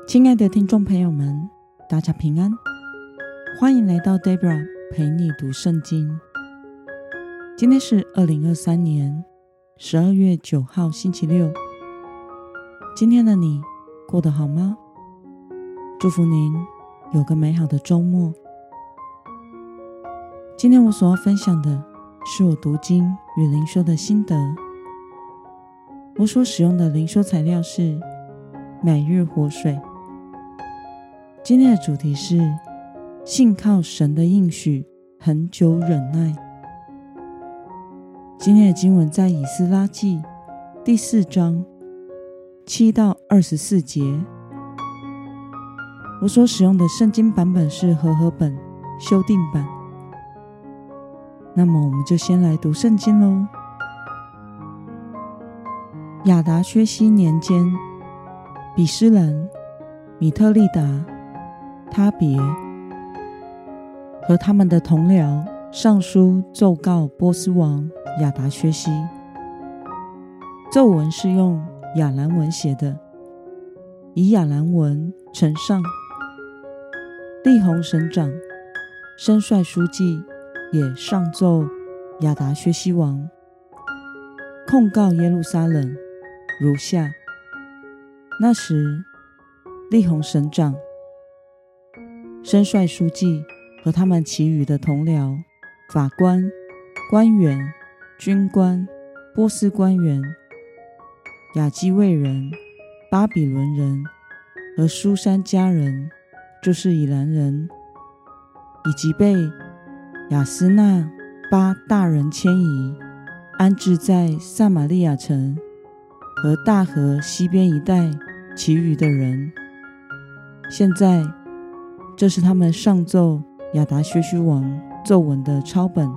亲爱的听众朋友们，大家平安，欢迎来到 Debra 陪你读圣经。今天是2023年12月9号星期六。今天的你过得好吗？祝福您有个美好的周末。今天我所要分享的是我读经与灵修的心得。我所使用的灵修材料是每日活水。今天的主题是信靠神的应许，恒久忍耐。今天的经文在以斯拉记第4章7到24节。我所使用的圣经版本是和合本修订版。那么我们就先来读圣经咯。亚达薛西年间，比施人、米特利达、他别和他们的同僚上书奏告波斯王亚达薛西。奏文是用亚兰文写的，以亚兰文呈上。利宏省长、申帅书记也上奏亚达薛西王，控告耶路撒冷如下。那时，利宏省长、申帅书记和他们其余的同僚、法官、官员、军官、波斯官员、亚基卫人、巴比伦人和书珊家人，就是以兰人，以及被亚斯那巴大人迁移，安置在撒玛利亚城和大河西边一带其余的人。现在这是他们上奏亚达薛西王奏文的抄本。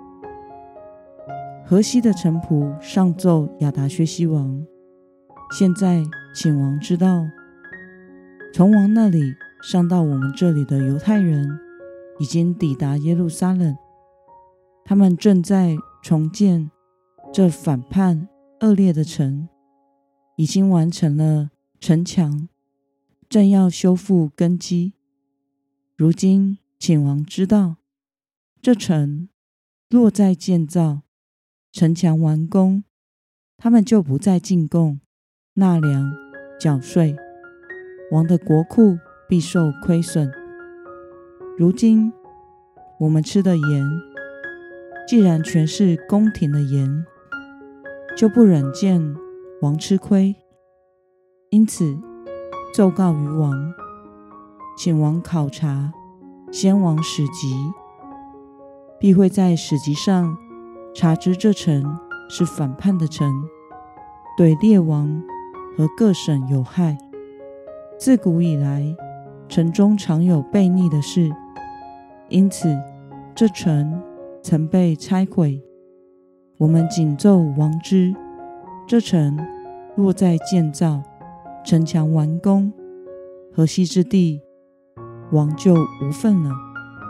河西的臣仆上奏亚达薛西王，现在请王知道，从王那里上到我们这里的犹太人已经抵达耶路撒冷，他们正在重建这反叛恶劣的城，已经完成了城墙，正要修复根基。如今请王知道，这城若再建造，城墙完工，他们就不再进贡、纳粮、缴税，王的国库必受亏损。如今我们吃的盐，既然全是宫廷的盐，就不忍见王吃亏，因此奏告于王，请王考察先王史籍，必会在史籍上查知这城是反叛的城，对列王和各省有害。自古以来，城中常有悖逆的事，因此这城曾被拆毁。我们谨奏王知，这城若再建造，城墙完工，河西之地王就无份了。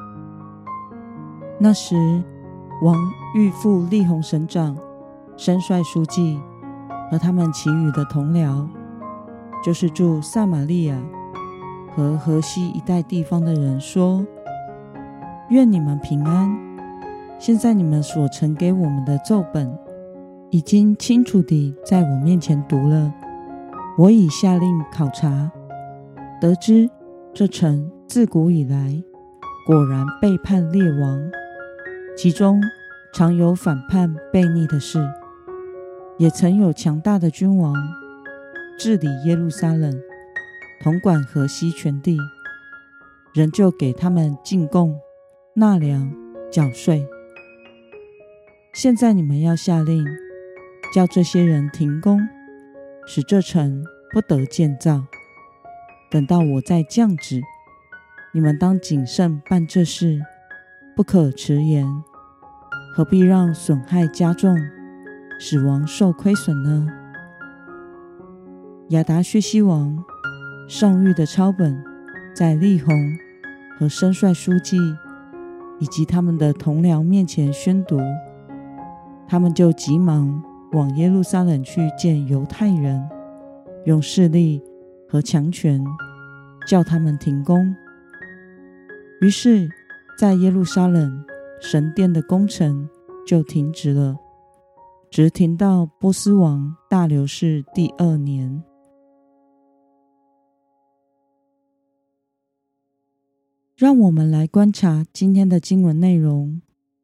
那时王谕付利宏省长、申帅书记和他们其余的同僚，就是住撒玛利亚和河西一带地方的人说，愿你们平安。现在你们所呈给我们的奏本已经清楚地在我面前读了，我已下令考察，得知这城自古以来果然背叛列王，其中常有反叛悖逆的事，也曾有强大的君王治理耶路撒冷，统管河西全地，仍旧给他们进贡、纳粮、缴税。现在你们要下令，叫这些人停工，使这城不得建造。等到我再降旨，你们当谨慎办这事，不可迟延，何必让损害加重，使王受亏损呢？亚达薛西王上谕的抄本在利宏和申帅书记以及他们的同僚面前宣读，他们就急忙往耶路撒冷去见犹太人，用势力和强权叫他们停工。于是在耶路撒冷神殿的工程就停止了，直停到波斯王大流士第2年。让我们来观察今天的经文内容。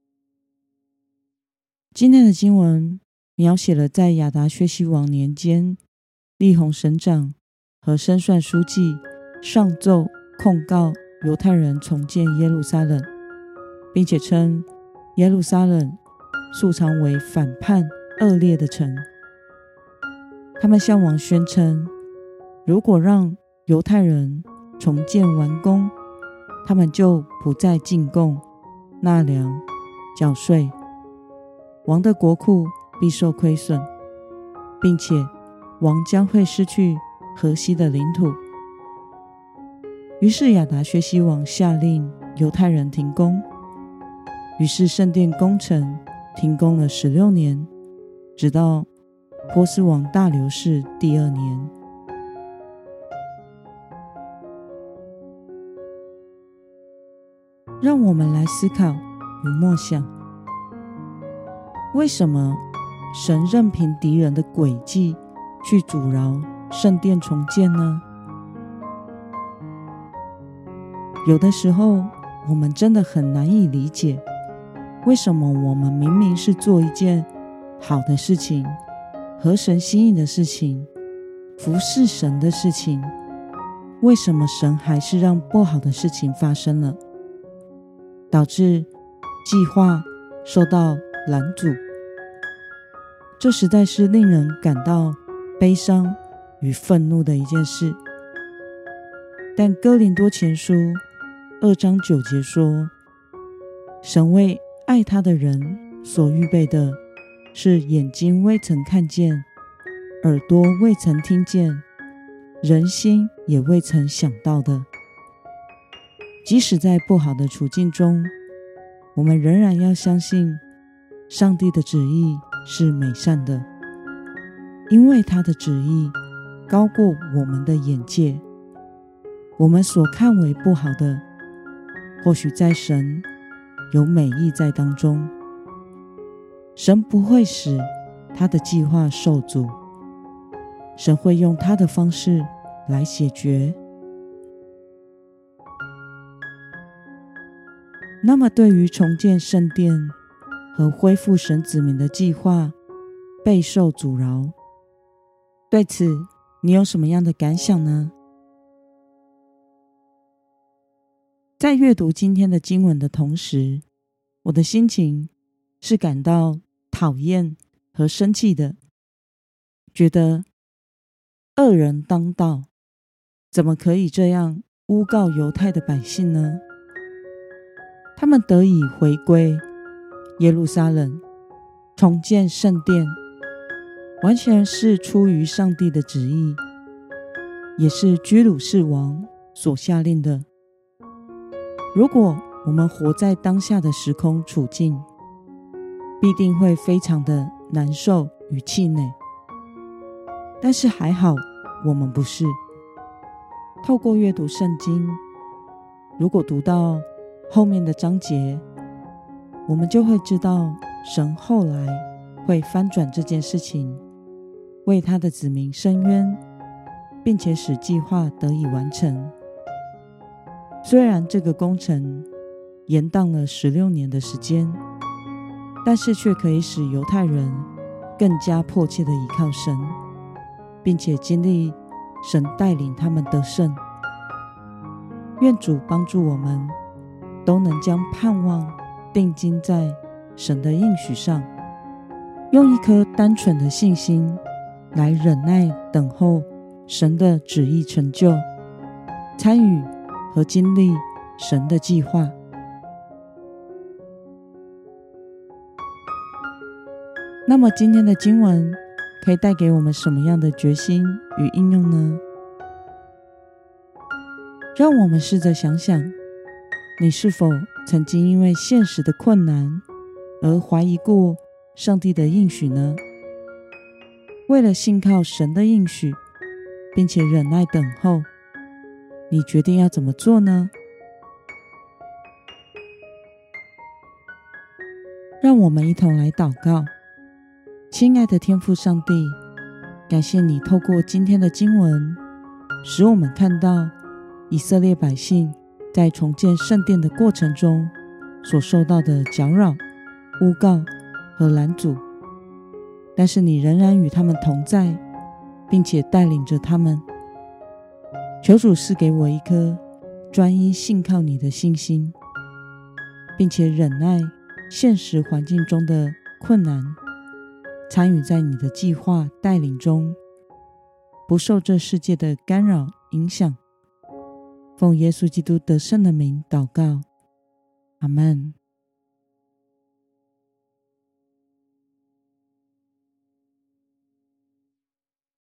今天的经文描写了在亚达薛西王年间，利宏省长和申算书记上奏控告犹太人重建耶路撒冷，并且称耶路撒冷素常为反叛恶劣的城。他们向王宣称，如果让犹太人重建完工，他们就不再进贡、纳粮、缴税，王的国库必受亏损，并且王将会失去河西的领土。于是亚达薛西王下令犹太人停工，于是圣殿工程停工了16年，直到波斯王大流士第2年。让我们来思考与默想，为什么神任凭敌人的诡计去阻挠圣殿重建呢？有的时候我们真的很难以理解，为什么我们明明是做一件好的事情、合神心意的事情、服侍神的事情，为什么神还是让不好的事情发生了，导致计划受到拦阻？这实在是令人感到悲伤与愤怒的一件事。但哥林多前书2章9节说，神为爱他的人所预备的，是眼睛未曾看见，耳朵未曾听见，人心也未曾想到的。即使在不好的处境中，我们仍然要相信上帝的旨意是美善的，因为他的旨意高过我们的眼界。我们所看为不好的，或许在神有美意在当中。神不会使他的计划受阻，神会用他的方式来解决。那么对于重建圣殿和恢复神子民的计划备受阻挠，对此你有什么样的感想呢？在阅读今天的经文的同时，我的心情是感到讨厌和生气的，觉得恶人当道，怎么可以这样诬告犹太的百姓呢？他们得以回归耶路撒冷，重建圣殿，完全是出于上帝的旨意，也是居鲁士王所下令的。如果我们活在当下的时空处境，必定会非常的难受与气馁。但是还好，我们不是。透过阅读圣经，如果读到后面的章节，我们就会知道神后来会翻转这件事情，为他的子民伸冤，并且使计划得以完成。虽然这个工程延宕了16年的时间，但是却可以使犹太人更加迫切的依靠神，并且经历神带领他们得胜。愿主帮助我们都能将盼望定睛在神的应许上，用一颗单纯的信心来忍耐等候神的旨意成就，参与和经历神的计划。那么今天的经文可以带给我们什么样的决心与应用呢？让我们试着想想，你是否曾经因为现实的困难而怀疑过上帝的应许呢？为了信靠神的应许，并且忍耐等候， 你决定要怎么做呢？让我们一同来祷告。亲爱的天父上帝，感谢你透过今天的经文，使我们看到以色列百姓在重建圣殿的过程中所受到的搅扰、诬告和拦阻，但是你仍然与他们同在，并且带领着他们。求主赐给我一颗专一信靠你的信心，并且忍耐现实环境中的困难，参与在你的计划带领中，不受这世界的干扰影响。奉耶稣基督得胜的名祷告，阿们。